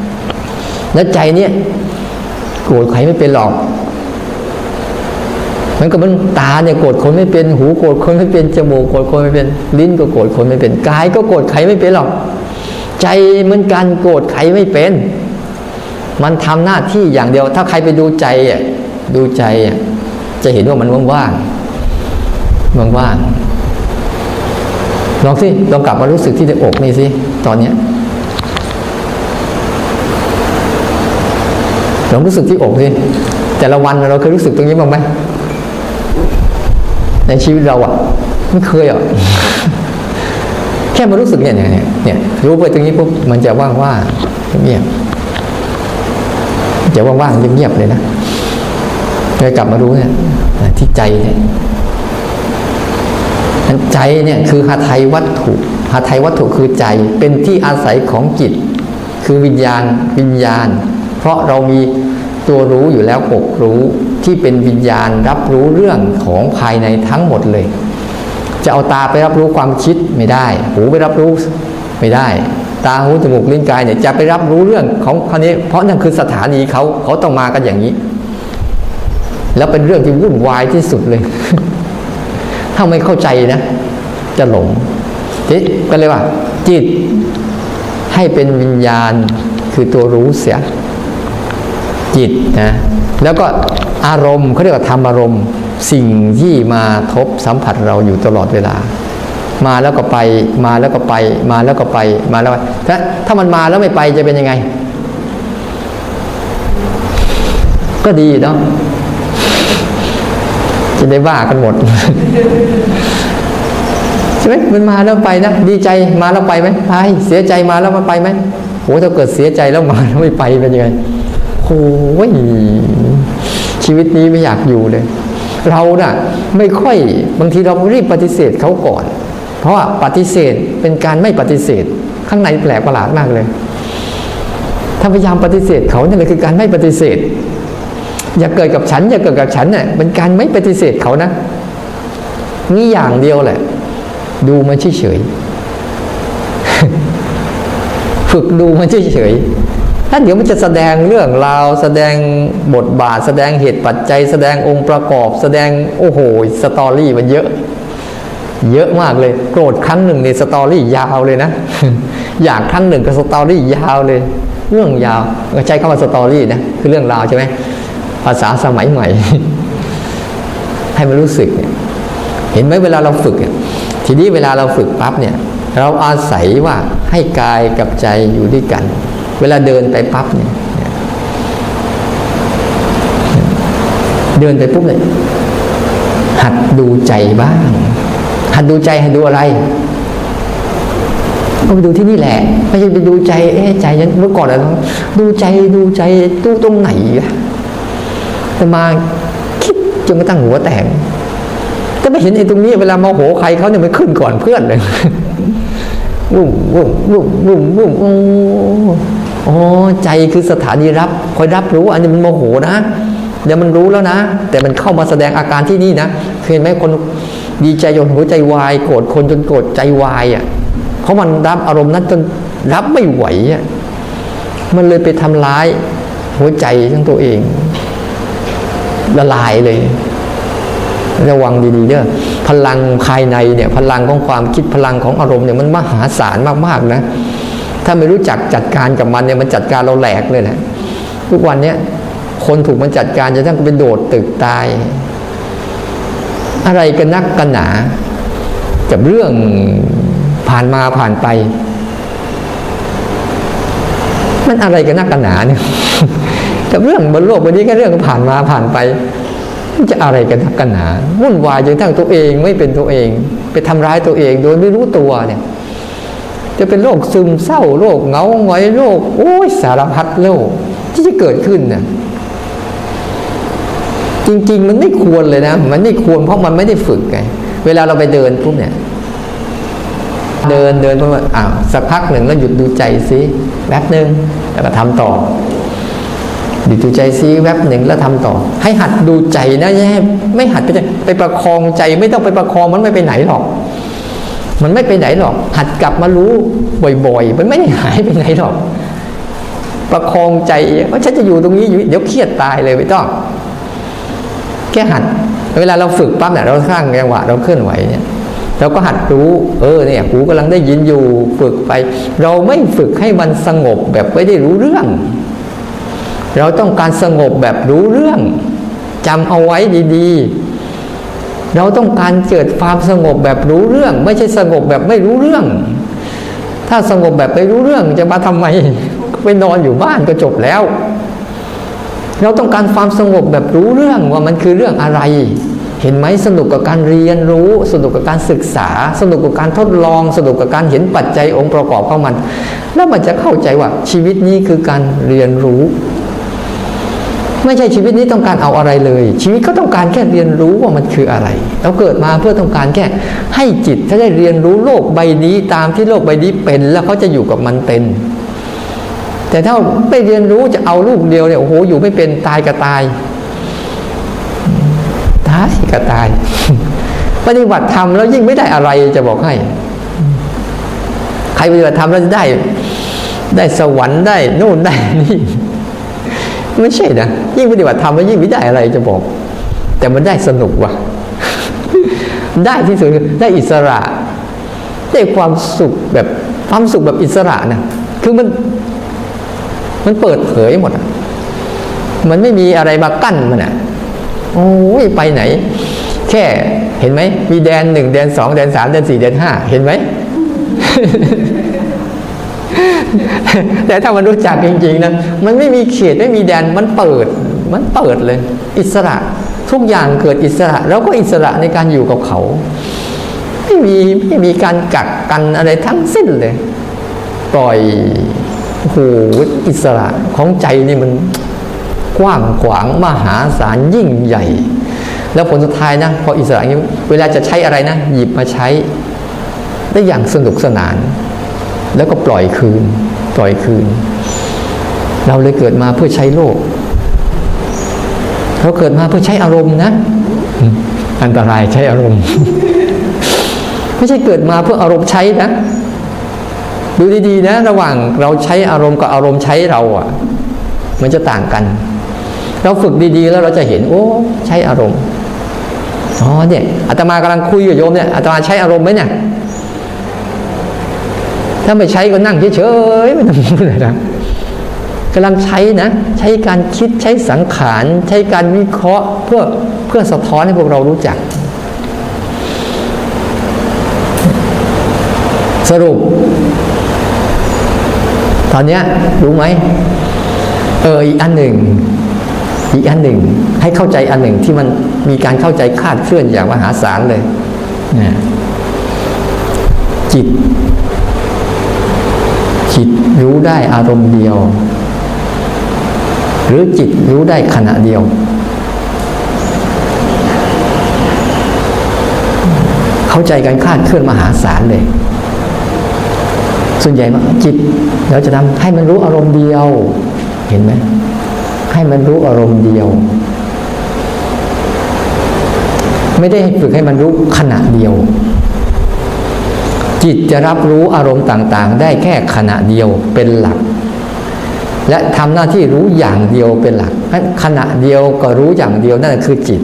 [SPEAKER 1] แล้วใจเนี่ยโกรธใครไม่เป็นหรอกมันก็มันตาเนี่ยโกรธคนไม่เป็นหูโกรธคนไม่เป็นจมูกโกรธคนไม่เป็นลิ้นก็โกรธคนไม่เป็นกายก็โกรธใครไม่เป็นหรอกใจเหมือนกันโกรธใครไม่เป็นมันทำหน้าที่อย่างเดียวถ้าใครไปดูใจอ่ะดูใจอ่ะจะเห็นว่ามันว่างๆว่างๆลองสิลองกลับมารู้สึกที่ในอกนี่สิตอนเนี้ยลองรู้สึกที่อกสิแต่ละวันเราเคยรู้สึกตรงนี้บ้างไหมในชีวิตเราอ่ะไม่เคยอ่ะ แค่มารู้สึกเนี่ยเนี่ยเนี่ยรู้ไปตรงนี้ปุ๊บมันจะว่างๆเงียบจะว่างๆเงียบๆเลยนะเลยกลับมารู้เนี่ยที่ใจเนี่ยใจเนี่ยคือหทัยวัตถุหทัยวัตถุคือใจเป็นที่อาศัยของจิตคือวิญญาณวิญญาณเพราะเรามีตัวรู้อยู่แล้วปกรู้ที่เป็นวิญญาณรับรู้เรื่องของภายในทั้งหมดเลยจะเอาตาไปรับรู้ความคิดไม่ได้หูไปรับรู้ไม่ได้ตาหูจมูกลิ้นกายเนี่ยจะไปรับรู้เรื่องของเขานี้เพราะนั่นคือสถานีเขาเขาต้องมากันอย่างนี้แล้วเป็นเรื่องที่วุ่นวายที่สุดเลย ถ้าไม่เข้าใจนะจะหลงทีก็เลยว่าจิตให้เป็นวิญญาณคือตัวรู้เสียจิตนะแล้วก็อารมณ์เขาเรียกว่าธรรมอารมณ์สิ่งที่มาทบสัมผัสเราอยู่ตลอดเวลามาแล้วก็ไปมาแล้วก็ไปมาแล้วก็ไปมาแล้วถ้าถ้ามันมาแล้วไม่ไปจะเป็นยังไงก็ดีเนาะจะได้ว่ากันหมด ใช่ไหมมันมาแล้วไปนะดีใจมาแล้วไปไหมไปเสียใจมาแล้วมันไปไหมโหถ้าเกิดเสียใจแล้วมาแล้วไม่ไปเป็นยังไงโอ้ยชีวิตนี้ไม่อยากอยู่เลยเราน่ะไม่ค่อยบางทีเรารีบปฏิเสธเขาก่อนเพราะว่าปฏิเสธเป็นการไม่ปฏิเสธข้างในแปลกประหลาดมากเลยถ้าพยายามปฏิเสธเขาเนี่ยคือการไม่ปฏิเสธอย่าเกิดกับฉันอย่าเกิดกับฉันเนี่ยเป็นการไม่ปฏิเสธเขานะนี่อย่างเดียวแหละดูมันเฉยๆ ฝึกดูมันเฉยๆถ้าเดี๋ยวมันจะแสดงเรื่องราวแสดงบทบาทแสดงเหตุปัจจัยแสดงองค์ประกอบแสดงโอ้โหสตอรี่มันเยอะเยอะมากเลยโกรธครั้งหนึ่งในสตอรี่ยาวเลยนะ อยากครั้งหนึ่งก็สตอรี่ยาวเลยเรื่องยาวใช้คำว่าสตอรี่นะคือเรื่องราวใช่ไหมภาษาสมัยใหม่ ให้มันรู้สึกเนี่ยเห็นไหมเวลาเราฝึกเนี่ยทีนี้เวลาเราฝึกปั๊บเนี่ยเราอาศัยว่าให้กายกับใจอยู่ด้วยกันเวลาเดินไปปั๊บเนี่ยเดินไปปุ๊บเนี่ยหัดดูใจบ้างหัดดูใจให้ดูอะไรก็ไปดูที่นี่แหละไม่ใช่ไปดูใจเอ๊ะใจฉันเมื่อก่อนเราดูใจดูใจตู้ตรงไหนอะแต่มาคิดจนกระทั่งหัวแตกแต่ไม่เห็นไอ้ตรงนี้เวลาโมโหใครเขาเนี่ยมันขึ้นก่อนเพื่อนเลยวุ้มวุ้มวุ้มวุ้มวุ้มโอ้โอ้ใจคือสถานีรับคอยรับรู้อันนี้มันโมโหนะเดี๋ยวมันรู้แล้วนะแต่มันเข้ามาแสดงอาการที่นี่นะเห็นไหมคนดีใจจนหัวใจวายโกรธคนจนโกรธใจวายอ่ะเพราะมันรับอารมณ์นั้นจนรับไม่ไหวอ่ะมันเลยไปทำร้ายหัวใจทั้งตัวเองละลายเลยระวังดีๆเด้อพลังภายในเนี่ยพลังของความคิดพลังของอารมณ์เนี่ยมันมหาศาลมากๆนะถ้าไม่รู้จักจัดการกับมันเนี่ยมันจัดการเราแหลกเลยนะทุกวันเนี้ยคนถูกมันจัดการจะต้องไปโดดตึกตายอะไรกันนักกันหนากับเรื่องผ่านมาผ่านไปมันอะไรกันนักกันหนาเนี่ย กับเรื่องบนโลกวันนี้แค่เรื่องผ่านมาผ่านไปมันจะอะไรกันนักกันหนาวุ่นวายจนทั้งตัวเองไม่เป็นตัวเองไปทำร้ายตัวเองโดยไม่รู้ตัวเนี่ยจะเป็นโรคซึมเศร้าโรคเหงาหงอยโรคโอ้ยสารพัดโรคที่จะเกิดขึ้นเนี่ยจริงๆมันไม่ควรเลยนะมันไม่ควรเพราะมันไม่ได้ฝึกไงเวลาเราไปเดินปุ๊บเนี่ยเดินเดินเพราะว่าอ้าวสักพักหนึ่งแล้วหยุดดูใจซิแป๊บนึงแล้วก็ทำต่อหยุดดูใจซิแป๊บหนึ่งแล้วทำต่อให้หัดดูใจนะไม่หัดไปไปประคองใจไม่ต้องไปประคองมันไม่ไปไหนหรอกมันไม่ไปไหนหรอกหัดกลับมารู้บ่อยๆมันไม่ได้หายไปไหนหรอกประคองใจว่าฉันจะอยู่ตรงนี้อยู่เดี๋ยวเครียดตายเลยไม่ต้องแค่หัดเวลาเราฝึกปั๊บเนี่ยเราสร้างจังหวะเราเคลื่อนไหวเนี่ยเราก็หัดรู้เออเนี่ยหูกำลังได้ยินอยู่ฝึกไปเราไม่ฝึกให้มันสงบแบบไม่ได้รู้เรื่องเราต้องการสงบแบบรู้เรื่องจำเอาไว้ดีๆเราต้องการเกิดความสงบแบบรู้เรื่องไม่ใช่สงบแบบไม่รู้เรื่องถ้าสงบแบบไม่รู้เรื่องจะมาทำไมไปนอนอยู่บ้านก็จบแล้วเราต้องการความสงบแบบรู้เรื่องว่ามันคือเรื่องอะไรเห็นไหมสนุกกับการเรียนรู้สนุกกับการศึกษาสนุกกับการทดลองสนุกกับการเห็นปัจจัยองค์ประกอบของมันแล้วมันจะเข้าใจว่าชีวิตนี้คือการเรียนรู้ไม่ใช่ชีวิตนี้ต้องการเอาอะไรเลยชีวิตก็ต้องการแค่เรียนรู้ว่ามันคืออะไรเราเกิดมาเพื่อต้องการแค่ให้จิตถ้าได้เรียนรู้โลกใบนี้ตามที่โลกใบนี้เป็นแล้วเขาจะอยู่กับมันเป็นแต่ถ้าไม่เรียนรู้จะเอาลูกเดียวเนี่ยโอ้โหอยู่ไม่เป็นตายก็ตายตายก็ตายปฏิบัติธรรมแล้วยิ่งไม่ได้อะไรจะบอกให้ใครปฏิบัติธรรมแล้วจะได้ได้สวรรค์ได้โน่นได้นี่ไม่ใช่นะยิ่งปฏิบัติธรรมแล้วยิ่งไม่ได้อะไรจะบอกแต่มันได้สนุกว่ะได้ที่สุดได้อิสระได้ความสุขแบบความสุขแบบอิสระนะคือมันมันเปิดเผยหมดมันไม่มีอะไรมากั้นมันอ่ะโอ้ยไปไหนแค่เห็นไหมมีแดนหนึ่งแดนสองแดนสามแดนสี่แดนห้าเห็นไหม แต่ถ้ามันรู้จักจริงๆนะมันไม่มีเขตไม่มีแดนมันเปิดมันเปิดเลยอิสระทุกอย่างเกิดอิสระแล้วก็อิสระในการอยู่กับเขาไม่มีไม่มีการกักกันอะไรทั้งสิ้นเลยปล่อยโอ้โหอิสระของใจนี่มันกว้างขวางมหาศาลยิ่งใหญ่แล้วผลสุดท้ายนะพออิสระอย่างนี้เวลาจะใช้อะไรนะหยิบมาใช้ได้อย่างสนุกสนานแล้วก็ปล่อยคืนปล่อยคืนเราเลยเกิดมาเพื่อใช้โลกเราเกิดมาเพื่อใช้อารมณ์นะอันตรายใช้อารมณ์ ไม่ใช่เกิดมาเพื่ออารมณ์ใช้นะดูดีๆนะระหว่างเราใช้อารมณ์กับอารมณ์ใช้เราอ่ะมันจะต่างกันเราฝึกดีๆแล้วเราจะเห็นโอ้ใช้อารมณ์อ๋อเนี่ยอาตมากำลังคุยกับโยมเนี่ยอาตมาใช้อารมณ์ไหมเนี่ยถ้าไม่ใช้ก็นั่งเฉยๆไม่ต้องพูดเลยนะกำลังใช้นะใช้การคิดใช้สังขารใช้การวิเคราะห์เพื่อเพื่อสะท้อนให้พวกเรารู้จักสรุปตอนนี้รู้ไหมเอออีกอันหนึ่งอีกอันหนึ่งให้เข้าใจอันหนึ่งที่มันมีการเข้าใจคลาดเคลื่อนอย่างมหาศาลเลยนะจิตจิตรู้ได้อารมณ์เดียวหรือจิตรู้ได้ขณะเดียวเข้าใจการคลาดเคลื่อนมหาศาลเลยส่วนใหญ่จิตเราจะทำให้มันรู้อารมณ์เดียวเห็นไหมให้มันรู้อารมณ์เดียวไม่ได้ฝึกให้มันรู้ขณะเดียวจิตจะรับรู้อารมณ์ต่างๆได้แค่ขณะเดียวเป็นหลักและทำหน้าที่รู้อย่างเดียวเป็นหลักขณะเดียวก็รู้อย่างเดียวนั่นคือจิต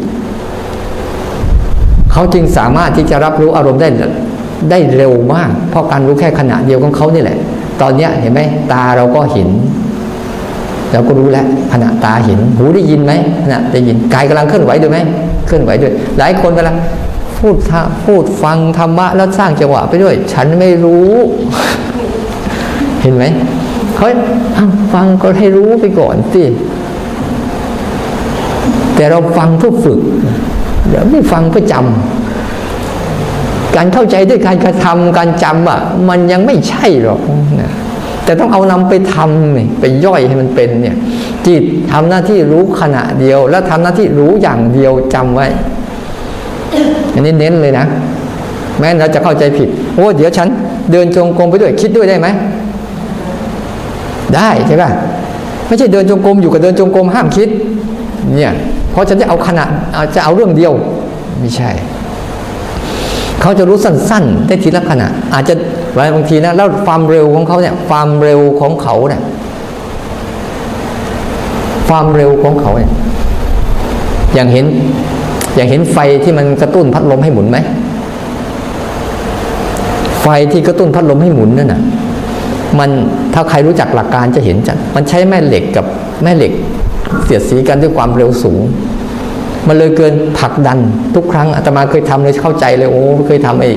[SPEAKER 1] เขาจึงสามารถที่จะรับรู้อารมณ์ได้ได้เร็วมากเพราะการรู้แค่ขณะเดียวของเขานี่แหละตอนนี้เห็นไหมตาเราก็เห็นเราก็รู้แล้วขณะตาเห็นหูได้ยินไหมขณะได้ยินกายกำลังเคลื่อนไหวด้วยไหมเคลื่อนไหวด้วยหลายคนเวลาพูดพูดฟังธรรมะแล้วสร้างจังหวะไปด้วยฉันไม่รู้ เห็นไหมเขาฟังก็ให้รู้ไปก่อนสิแต่เราฟังเพื่อฝึกเดี๋ยวไม่ฟังเพื่อจำการเข้าใจด้วยการกระทำการจำอ่ะมันยังไม่ใช่หรอกนะแต่ต้องเอานำไปทำไปย่อยให้มันเป็นเนี่ยจิตทำหน้าที่รู้ขณะเดียวแล้วทำหน้าที่รู้อย่างเดียวจำไว้อันนี้เน้นเลยนะแม้เราจะเข้าใจผิดโอ้เดี๋ยวฉันเดินจงกรมไปด้วยคิดด้วยได้ไหมได้ใช่ป่ะไม่ใช่เดินจงกรมอยู่กับเดินจงกรมห้ามคิดเนี่ยเพราะฉันจะเอาขณะจะเอาเรื่องเดียวไม่ใช่เขาจะรู้สั้นๆได้ทีละขณะอาจจะบางทีนะแล้วความเร็วของเขาเนี่ยความเร็วของเขาเนี่ยความเร็วของเขาเนี่ยอย่างเห็นอย่างเห็นไฟที่มันกระตุ้นพัดลมให้หมุนไหมไฟที่กระตุ้นพัดลมให้หมุนนั่นน่ะมันถ้าใครรู้จักหลักการจะเห็นจังมันใช้แม่เหล็กกับแม่เหล็กเสียดสีกันด้วยความเร็วสูงมันเลยเกินผลักดันทุกครั้งอาตมาเคยทำเลยเข้าใจเลยโอ้เคยทำไอ้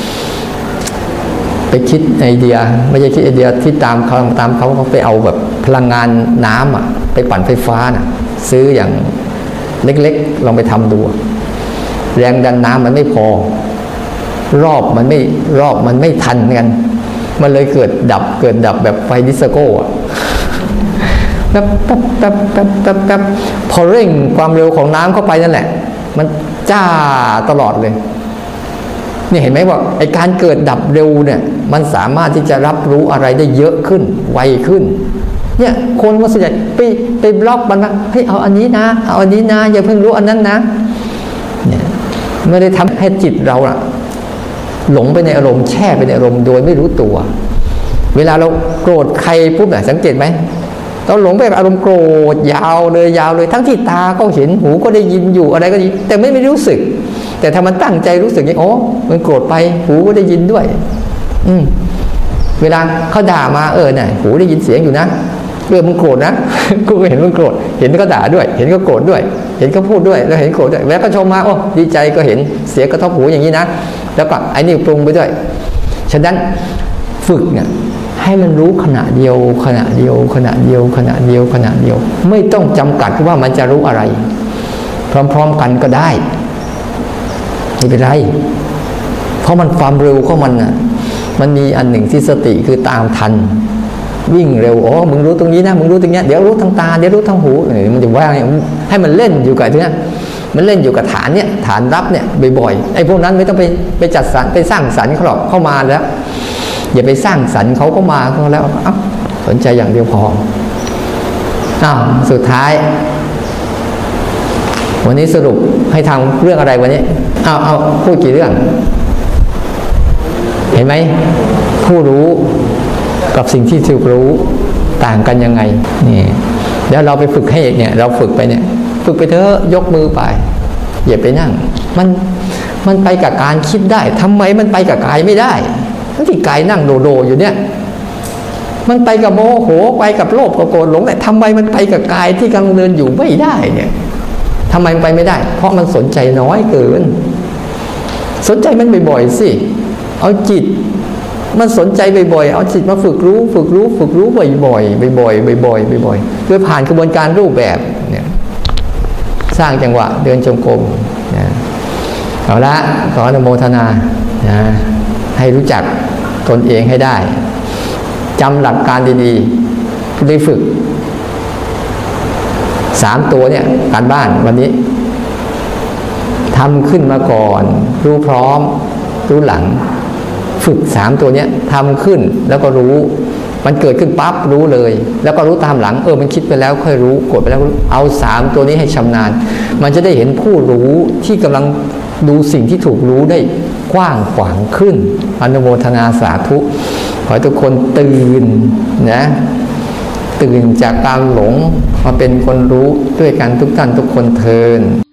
[SPEAKER 1] ไปคิดไอเดียไม่ใช่คิดไอเดียที่ตามเขาตามเขาเขาไปเอาแบบพลังงานน้ำอ่ะไปปั่นไฟฟ้าน่ะซื้ออย่างเล็กๆลองไปทำดูแรงดันน้ำมันไม่พอรอบมันไม่รอบมันไม่ทันกันมันเลยเกิดดับเกิดดับแบบไฟดิสโก้อะแป๊บแป๊บแป๊บแป๊บแป๊บแป๊บพอเร่งความเร็วของน้ำเข้าไปนั่นแหละมันจ้าตลอดเลยนี่เห็นไหมว่าไอการเกิดดับเร็วเนี่ยมันสามารถที่จะรับรู้อะไรได้เยอะขึ้นไวขึ้นเนี่ยคนมันส่วนใหญ่ไปไปบล็อกมันว่าเฮ้ยเอาอันนี้นะเอาอันนี้นะอย่าเพิ่งรู้อันนั้นนะเนี่ยไม่ได้ทำให้จิตเราอะหลงไปในอารมณ์แช่ไปในอารมณ์โดยไม่รู้ตัวเวลาเราโกรธใครปุ๊บเนี่ยสังเกตไหมเราหลงไปกับอารมณ์โกรธยาวเลยยาวเลยทั้งที่ตาก็เห็นหูก็ได้ยินอยู่อะไรก็ดีแต่ไม่ไม่รู้สึกแต่ถ้ามันตั้งใจรู้สึกอย่างโอ้มันโกรธไปหูก็ได้ยินด้วยอืมเวลาเขาด่ามาเออเนี่ยหูได้ยินเสียงอยู่นะเออมึงโกรธนะกูก็เห็นมึงโกรธเห็นเขาด่าด้วยเห็นเขาโกรธด้วยเห็นเขาพูดด้วยแล้วเห็นโกรธด้วยแล้วก็ชมมาโอ้ดีใจก็เห็นเสียงกระทบหูอย่างนี้นะแล้วก็ไอ้นี่ปรุงไปด้วยฉะนั้นฝึกเนี่ยให้มันรู้ขณะเดียวขณะเดียวขณะเดียวขณะเดียวขณะเดียวไม่ต้องจำกัดว่ามันจะรู้อะไรพร้อมๆกันก็ได้ไม่เป็นไรเพราะมันความเร็วของมันน่ะมันมีอันหนึ่งที่สติคือตามทันวิ่งเร็วอ๋อมึงรู้ตรงนี้นะมึงรู้ตรงนี้เดี๋ยวรู้ทางตาเดี๋ยวรู้ทางหูมันจะว่าให้มันเล่นอยู่กับที่นี้มันเล่นอยู่กับฐานเนี่ยฐานรับเนี่ยบ่อยๆไอ้พวกนั้นไม่ต้องไปไปจัดสรรไปสร้างสรรค์เขาหรอกเข้ามาแล้วอย่าไปสร้างสรรค์เขาก็มาก็แล้วอ้าวสนใจอย่างเดียวพออ้าวสุดท้ายวันนี้สรุปให้ทำเรื่องอะไรวันนี้เอาเอาพูดกี่เรื่องเห็นไหมผู้รู้กับสิ่งที่ถูกรู้ต่างกันยังไงนี่เดี๋ยวเราไปฝึกให้เนี่ยเราฝึกไปเนี่ยฝึกไปเถอะยกมือไปอย่าไปนั่งมันมันไปกับการคิดได้ทำไมมันไปกับกายไม่ได้ที่กายนั่งโดโดอยู่เนี่ยมันไปกับโมโหไปกับโลภกับโกรธหลงแต่ทำไมมันไปกับกายที่กำลังเดินอยู่ไม่ได้เนี่ยทำไมมันไปไม่ได้เพราะมันสนใจน้อยเกินสนใจมันบ่อยๆสิเอาจิตมันสนใจบ่อยๆเอาจิตมาฝึกรู้ฝึกรู้ฝึกรู้บ่อยๆบ่อยๆบ่อยๆบ่อยๆโดยผ่านกระบวนการรูปแบบเนี่ยสร้างจังหวะเดินจงกรมนะเอาละขออนุโมทนานะให้รู้จักตนเองให้ได้จำหลักการดีๆได้ฝึกสามตัวเนี่ยการบ้านวันนี้ทำขึ้นมาก่อนรู้พร้อมรู้หลังฝึกสามตัวเนี้ยทำขึ้นแล้วก็รู้มันเกิดขึ้นปั๊บรู้เลยแล้วก็รู้ตามหลังเออมันคิดไปแล้วค่อยรู้กดไปแล้วเอาสามตัวนี้ให้ชำนาญมันจะได้เห็นผู้รู้ที่กำลังดูสิ่งที่ถูกรู้ได้กว้างขวางขึ้นอนุโมทนาสาธุขอให้ทุกคนตื่นนะตื่นจากการหลงมาเป็นคนรู้ด้วยกันทุกท่านทุกคนเทิน